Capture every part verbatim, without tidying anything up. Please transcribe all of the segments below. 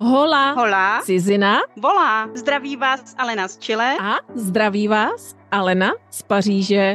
Hola. Hola. Cizina. Volá. Zdraví vás Alena z Chile. A zdraví vás Alena z Paříže.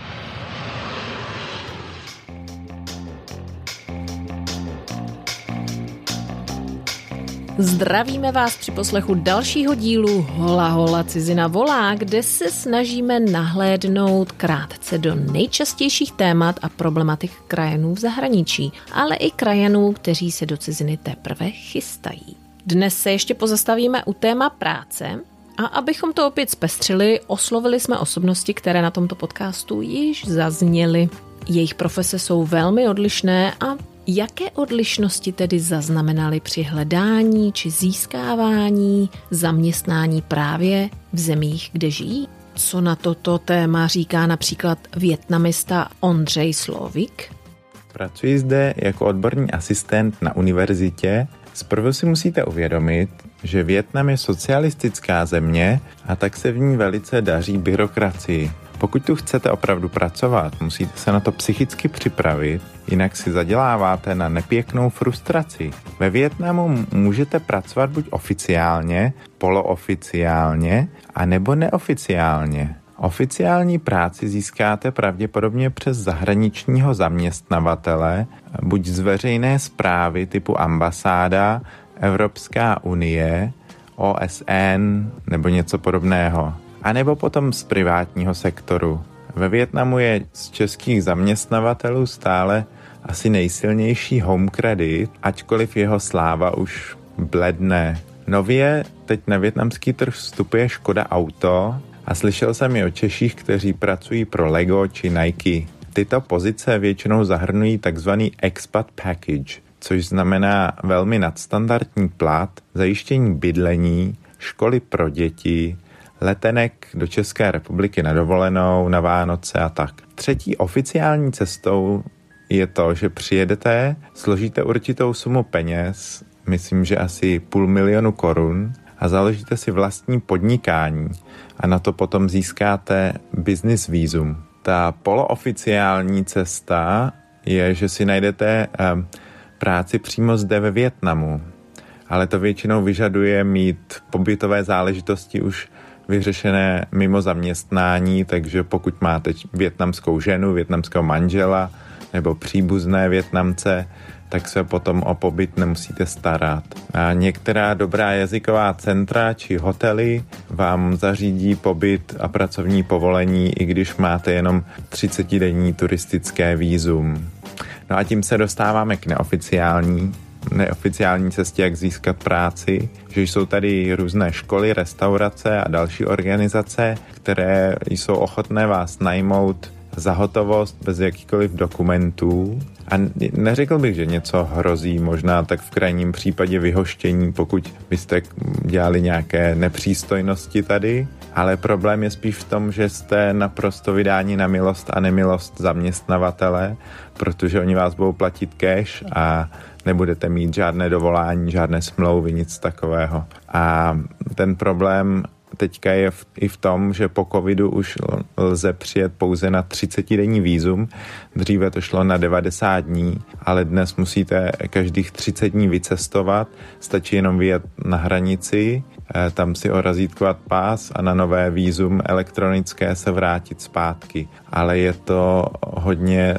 Zdravíme vás při poslechu dalšího dílu Hola Hola Cizina volá, kde se snažíme nahlédnout krátce do nejčastějších témat a problematik krajanů v zahraničí, ale i krajanů, kteří se do ciziny teprve chystají. Dnes se ještě pozastavíme u téma práce a abychom to opět zpestřili, oslovili jsme osobnosti, které na tomto podcastu již zazněly. Jejich profese jsou velmi odlišné a jaké odlišnosti tedy zaznamenali při hledání či získávání zaměstnání právě v zemích, kde žijí? Co na toto téma říká například vietnamista Ondřej Slovik? Pracuji zde jako odborný asistent na univerzitě. Zprvu si musíte uvědomit, že Vietnam je socialistická země a tak se v ní velice daří byrokracii. Pokud tu chcete opravdu pracovat, musíte se na to psychicky připravit, jinak si zaděláváte na nepěknou frustraci. Ve Vietnamu můžete pracovat buď oficiálně, polooficiálně, anebo neoficiálně. Oficiální práci získáte pravděpodobně přes zahraničního zaměstnavatele, buď z veřejné správy typu ambasáda, Evropská unie, O S N nebo něco podobného. A nebo potom z privátního sektoru. Ve Vietnamu je z českých zaměstnavatelů stále asi nejsilnější Home Credit, ačkoliv jeho sláva už bledne. Nově teď na vietnamský trh vstupuje Škoda Auto a slyšel jsem i o Češích, kteří pracují pro Lego či Nike. Tyto pozice většinou zahrnují takzvaný expat package, což znamená velmi nadstandardní plat, zajištění bydlení, školy pro děti, letenek do České republiky na dovolenou, na Vánoce a tak. Třetí oficiální cestou je to, že přijedete, složíte určitou sumu peněz, myslím, že asi půl milionu korun, a založíte si vlastní podnikání a na to potom získáte business vízum. Ta polooficiální cesta je, že si najdete um, práci přímo zde ve Vietnamu, ale to většinou vyžaduje mít pobytové záležitosti už vyřešené mimo zaměstnání, takže pokud máte vietnamskou ženu, vietnamského manžela nebo příbuzné Vietnamce, tak se potom o pobyt nemusíte starat. A některá dobrá jazyková centra či hotely vám zařídí pobyt a pracovní povolení, i když máte jenom třicetidenní turistické vízum. No a tím se dostáváme k neoficiální neoficiální cestě, jak získat práci, že jsou tady různé školy, restaurace a další organizace, které jsou ochotné vás najmout za hotovost bez jakýkoliv dokumentů. A neřekl bych, že něco hrozí, možná tak v krajním případě vyhoštění, pokud byste dělali nějaké nepřístojnosti tady, ale problém je spíš v tom, že jste naprosto vydáni na milost a nemilost zaměstnavatele, protože oni vás budou platit cash a nebudete mít žádné dovolání, žádné smlouvy, nic takového. A ten problém teďka je v, i v tom, že po covidu už lze přijet pouze na třicetidenní vízum. Dříve to šlo na devadesát dní, ale dnes musíte každých třicet dní vycestovat. Stačí jenom vyjet na hranici, tam si orazítkovat pás a na nové vízum elektronické se vrátit zpátky. Ale je to hodně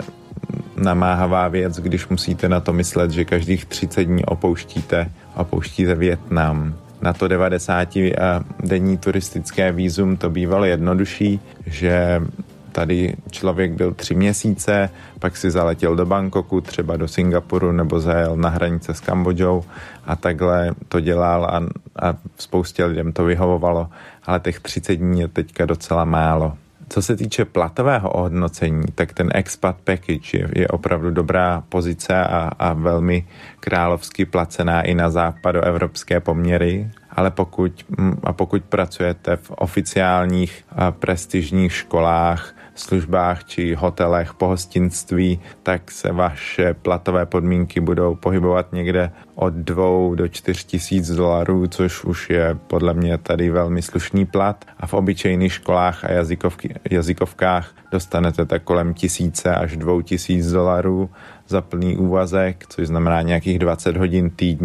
namáhavá věc, když musíte na to myslet, že každých třicet dní opouštíte, opouštíte Vietnam. Na to devadesátidenní turistické vízum to bývalo jednodušší, že tady člověk byl tři měsíce, pak si zaletěl do Bangkoku, třeba do Singapuru nebo zajel na hranice s Kambodžou a takhle to dělal a, a spoustě lidem to vyhovovalo, ale těch třicet dní je teďka docela málo. Co se týče platového ohodnocení, tak ten expat package je, je opravdu dobrá pozice a, a velmi královsky placená i na západoevropské poměry, ale pokud, a pokud pracujete v oficiálních a prestižních školách, službách či hotelech, pohostinství, tak se vaše platové podmínky budou pohybovat někde od dvou do čtyř tisíc dolarů, což už je podle mě tady velmi slušný plat. A v obyčejných školách a jazykovky, jazykovkách dostanete tak kolem tisíce až dvou tisíc dolarů za plný úvazek, což znamená nějakých dvacet hodin týdně.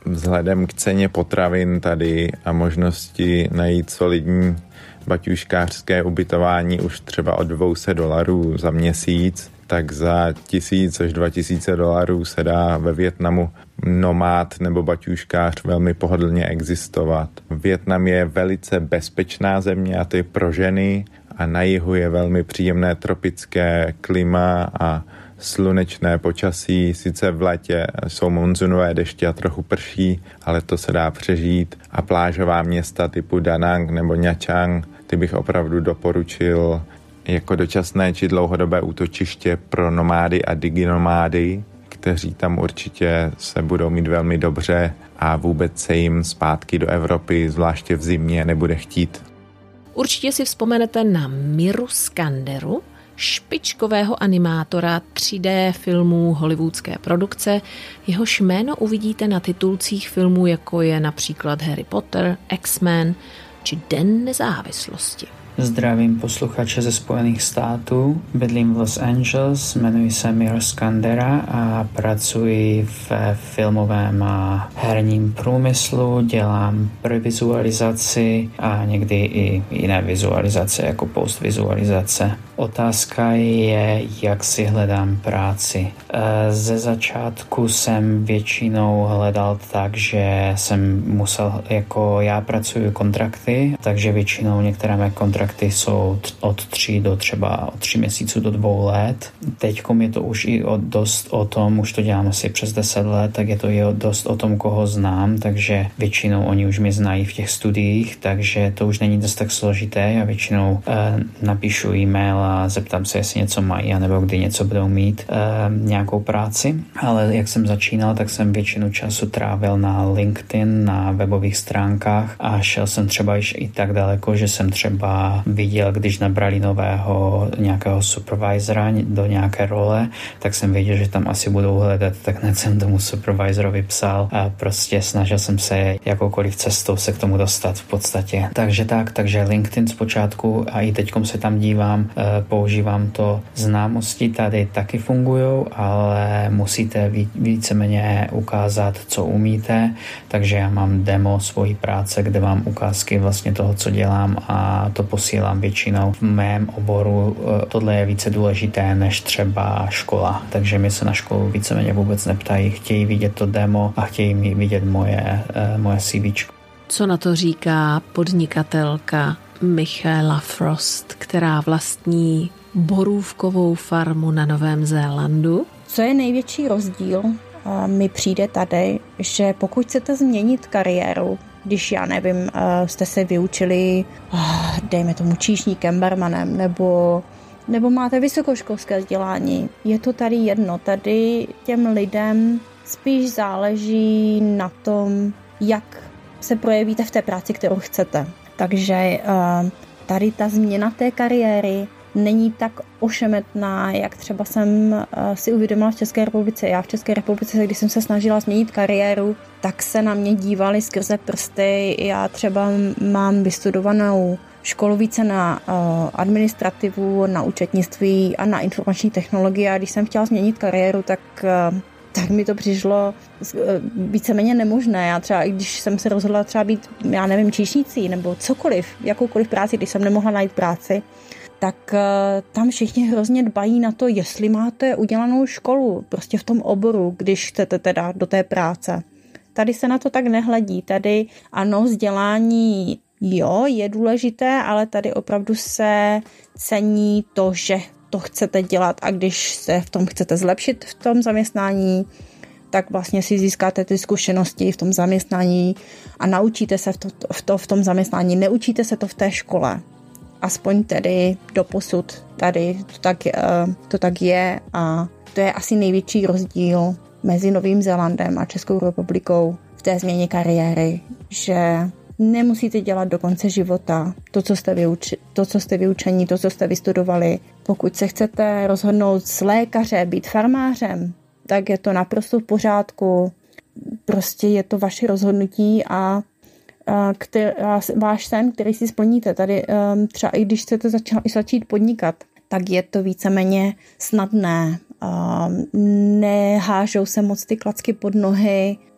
vzhledem k ceně potravin tady a možnosti najít solidní baťuškářské ubytování už třeba od dvě stě dolarů za měsíc, tak za tisíc až dva tisíce dolarů se dá ve Vietnamu nomád nebo baťuškář velmi pohodlně existovat. Vietnam je velice bezpečná země a to je pro ženy a na jihu je velmi příjemné tropické klima a slunečné počasí. Sice v létě jsou monzunové deště a trochu prší, ale to se dá přežít. A plážová města typu Da Nang nebo Nha Trang, ty bych opravdu doporučil jako dočasné či dlouhodobé útočiště pro nomády a diginomády, kteří tam určitě se budou mít velmi dobře a vůbec se jim zpátky do Evropy, zvláště v zimě, nebude chtít. Určitě si vzpomenete na Miru Skanderu, špičkového animátora tři dé filmů hollywoodské produkce. Jehož jméno uvidíte na titulcích filmů, jako je například Harry Potter, X-Men či Den nezávislosti. Zdravím posluchače ze Spojených států, bydlím v Los Angeles, jmenuji se Mira Skandera a pracuji v filmovém a herním průmyslu, dělám previzualizaci a někdy i jiné vizualizace jako postvizualizace. Otázka je, jak si hledám práci. Ze začátku jsem většinou hledal tak, že jsem musel, jako já pracuji kontrakty, takže většinou některé mé kontrakty jsou od tří do třeba od tří měsíců do dvou let. Teďkom je to už i o dost o tom, už to dělám asi přes deset let, tak je to i o dost o tom, koho znám, takže většinou oni už mě znají v těch studiích, takže to už není dost tak složité. Já většinou eh, napíšu e-mail a zeptám se, jestli něco mají, anebo kdy něco budou mít, eh, nějakou práci. Ale jak jsem začínal, tak jsem většinu času trávil na LinkedIn, na webových stránkách a šel jsem třeba již i tak daleko, že jsem třeba viděl, když nabrali nového nějakého supervisora do nějaké role, tak jsem věděl, že tam asi budou hledat, tak hned jsem tomu supervisorovi psal a prostě snažil jsem se jakoukoliv cestou se k tomu dostat v podstatě. Takže tak, takže LinkedIn zpočátku a i teďkom se tam dívám, používám to. Známosti tady taky fungujou, ale musíte víceméně ukázat, co umíte, takže já mám demo svojí práce, kde mám ukázky vlastně toho, co dělám a to posílám většinou. V mém oboru tohle je více důležité než třeba škola, takže mi se na školu víceméně vůbec neptají, chtějí vidět to demo a chtějí mi vidět moje, moje CVčko. Co na to říká podnikatelka Michaela Frost, která vlastní borůvkovou farmu na Novém Zélandu? Co je největší rozdíl, mi přijde tady, že pokud chcete změnit kariéru, když já nevím, jste se vyučili, dejme tomu číšníkem, barmanem, nebo, nebo máte vysokoškolské vzdělání, je to tady jedno. Tady těm lidem spíš záleží na tom, jak se projevíte v té práci, kterou chcete. Takže tady ta změna té kariéry není tak ošemetná, jak třeba jsem si uvědomila v České republice. Já v České republice, když jsem se snažila změnit kariéru, tak se na mě dívali skrze prsty. Já třeba mám vystudovanou školu více na administrativu, na účetnictví a na informační technologie. A když jsem chtěla změnit kariéru, tak tak mi to přišlo víceméně nemožné. Já třeba, když jsem se rozhodla třeba být, já nevím, číšnicí nebo cokoliv, jakoukoliv práci, když jsem nemohla najít práci, tak tam všichni hrozně dbají na to, jestli máte udělanou školu prostě v tom oboru, když chcete teda do té práce. Tady se na to tak nehledí. Tady ano, vzdělání jo, je důležité, ale tady opravdu se cení to, že to chcete dělat a když se v tom chcete zlepšit v tom zaměstnání, tak vlastně si získáte ty zkušenosti v tom zaměstnání a naučíte se v, to, v, to, v tom zaměstnání. Neučíte se to v té škole. Aspoň tedy doposud tady to tak, to tak je a to je asi největší rozdíl mezi Novým Zélandem a Českou republikou v té změně kariéry, že nemusíte dělat do konce života to, co jste, vyuči- to, co jste vyučení, to, co jste vystudovali. Pokud se chcete rozhodnout z lékaře být farmářem, tak je to naprosto v pořádku. Prostě je to vaše rozhodnutí a, a, který, a váš sen, který si splníte. Tady um, třeba i když chcete zača- začít podnikat, tak je to víceméně snadné. Um, nehážou se moc ty klacky pod nohy.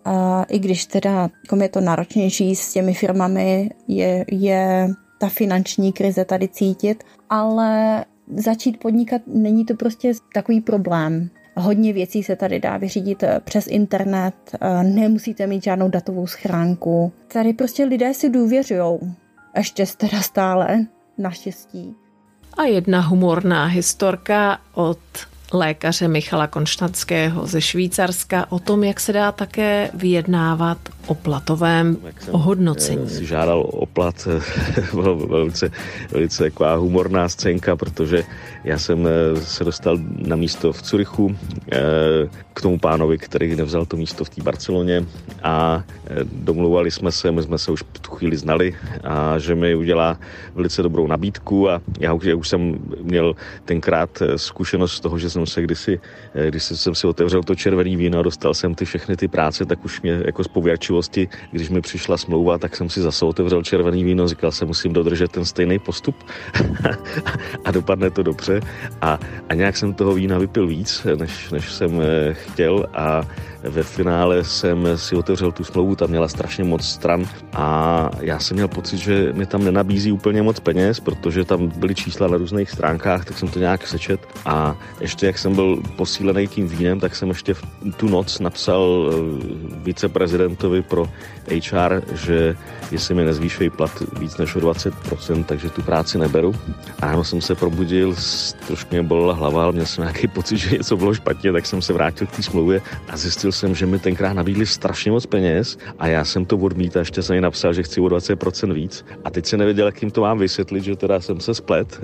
A i když teda je to náročnější s těmi firmami, je, je ta finanční krize tady cítit, ale začít podnikat není to prostě takový problém. Hodně věcí se tady dá vyřídit přes internet, nemusíte mít žádnou datovou schránku. Tady prostě lidé si důvěřujou. Ještě teda stále, naštěstí. A jedna humorná historka od lékaře Michala Konštantského ze Švýcarska o tom, jak se dá také vyjednávat o platovém ohodnocení. Si žádal o plat, bylo velice, velice taková humorná scénka, protože já jsem se dostal na místo v Curychu k tomu pánovi, který nevzal to místo v té Barceloně a domluvali jsme se, my jsme se už v tu chvíli znali a že mi udělá velice dobrou nabídku a já už, já už jsem měl tenkrát zkušenost z toho, že jsem se kdysi, když jsem si otevřel to červený víno a dostal jsem ty všechny ty práce, tak už mě jako z pověrčivosti, když mi přišla smlouva, tak jsem si zase otevřel červený víno, říkal jsem, musím dodržet ten stejný postup a dopadne to dobře a, a nějak jsem toho vína vypil víc, než, než jsem chtěl a ve finále jsem si otevřel tu smlouvu, tam měla strašně moc stran a já jsem měl pocit, že mi tam nenabízí úplně moc peněz, protože tam byly čísla na různých stránkách, tak jsem to nějak sečet a ještě jak jsem byl posílený tím vínem, tak jsem ještě v tu noc napsal viceprezidentovi pro há er, že jestli mi nezvýšují plat víc než o dvacet procent, takže tu práci neberu. A ráno jsem se probudil, trošku mě bolela hlava, ale měl jsem nějaký pocit, že něco bylo špatně, tak jsem se vrátil k té smlouvě a zjistil jsem, že mi tenkrát nabídli strašně moc peněz a já jsem to odmítl a ještě jsem jí napsal, že chci o dvacet procent víc. A teď se nevěděl, jak jim to mám vysvětlit, že teda jsem se splet.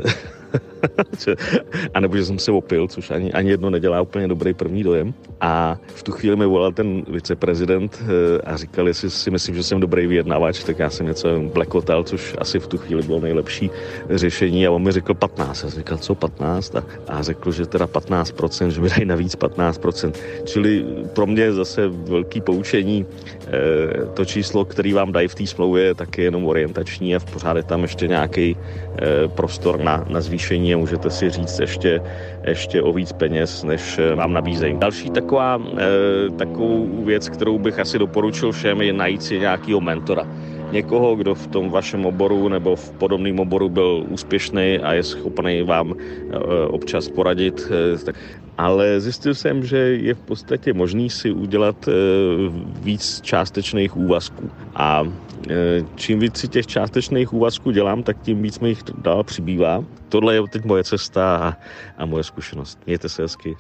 A nebo že jsem se opil, což ani, ani jedno nedělá úplně dobrý první dojem. A v tu chvíli mi volal ten viceprezident a říkal, jestli si myslím, že jsem dobrý vyjednavač, tak já jsem něco blekotal, což asi v tu chvíli bylo nejlepší řešení a on mi řekl patnáct. Já jsem říkal, co patnáct? A, a řekl, že teda patnáct procent, že mi dají navíc patnáct procent. Čili pro mě zase velký poučení, to číslo, který vám dají v té smlouvě, je taky jenom orientační a v pořád je tam ještě nějaký prostor na, na zvýšení a můžete si říct ještě, ještě o víc peněz, než vám nabízejí. Další taková, takovou věc, kterou bych asi doporučil všem, je najít si nějakého mentora. Někoho, kdo v tom vašem oboru nebo v podobném oboru byl úspěšný a je schopný vám občas poradit. Ale zjistil jsem, že je v podstatě možný si udělat víc částečných úvazků. A čím víc si těch částečných úvazků dělám, tak tím víc mi jich dál přibývá. Tohle je teď moje cesta a, a moje zkušenost. Mějte se hezky.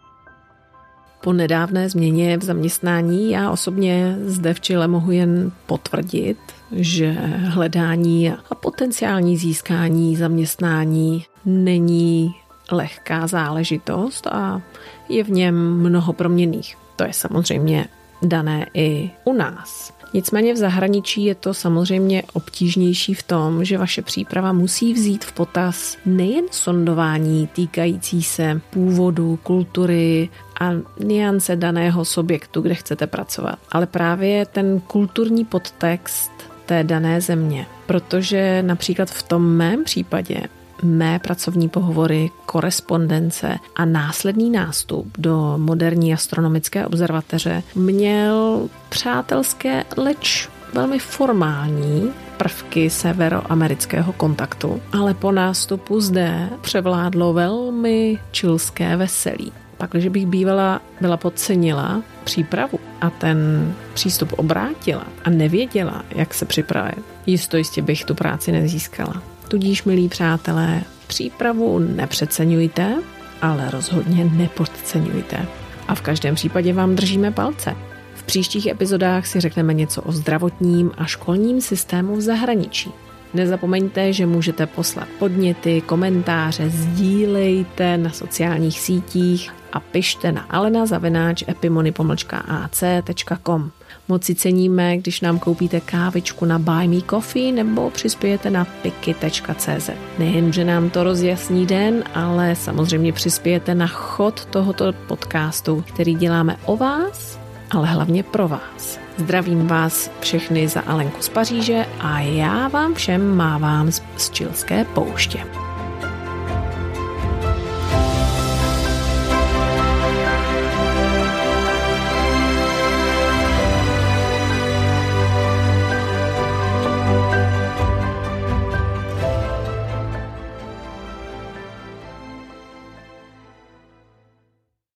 Po nedávné změně v zaměstnání já osobně zde v Chile mohu jen potvrdit, že hledání a potenciální získání zaměstnání není lehká záležitost a je v něm mnoho proměnných. To je samozřejmě dané i u nás. Nicméně v zahraničí je to samozřejmě obtížnější v tom, že vaše příprava musí vzít v potaz nejen sondování týkající se původu, kultury a niance daného subjektu, kde chcete pracovat, ale právě ten kulturní podtext té dané země. Protože například v tom mém případě mé pracovní pohovory, korespondence a následný nástup do moderní astronomické observatoře měl přátelské, leč velmi formální prvky severoamerického kontaktu, ale po nástupu zde převládlo velmi chilské veselí. Pakliže bych bývala byla podcenila přípravu a ten přístup obrátila a nevěděla, jak se připravit, jisto jistě bych tu práci nezískala. Tudíž, milí přátelé, přípravu nepřeceňujte, ale rozhodně nepodceňujte. A v každém případě vám držíme palce. V příštích epizodách si řekneme něco o zdravotním a školním systému v zahraničí. Nezapomeňte, že můžete poslat podněty, komentáře, sdílejte na sociálních sítích a pište na alena zavináč epimony pomlčka a c tečka com. Moc si ceníme, když nám koupíte kávičku na Buy Me Coffee nebo přispějete na piky tečka cé zet. Nejen, že nám to rozjasní den, ale samozřejmě přispějete na chod tohoto podcastu, který děláme o vás, ale hlavně pro vás. Zdravím vás všechny za Alenku z Paříže a já vám všem mávám z Chilské pouště.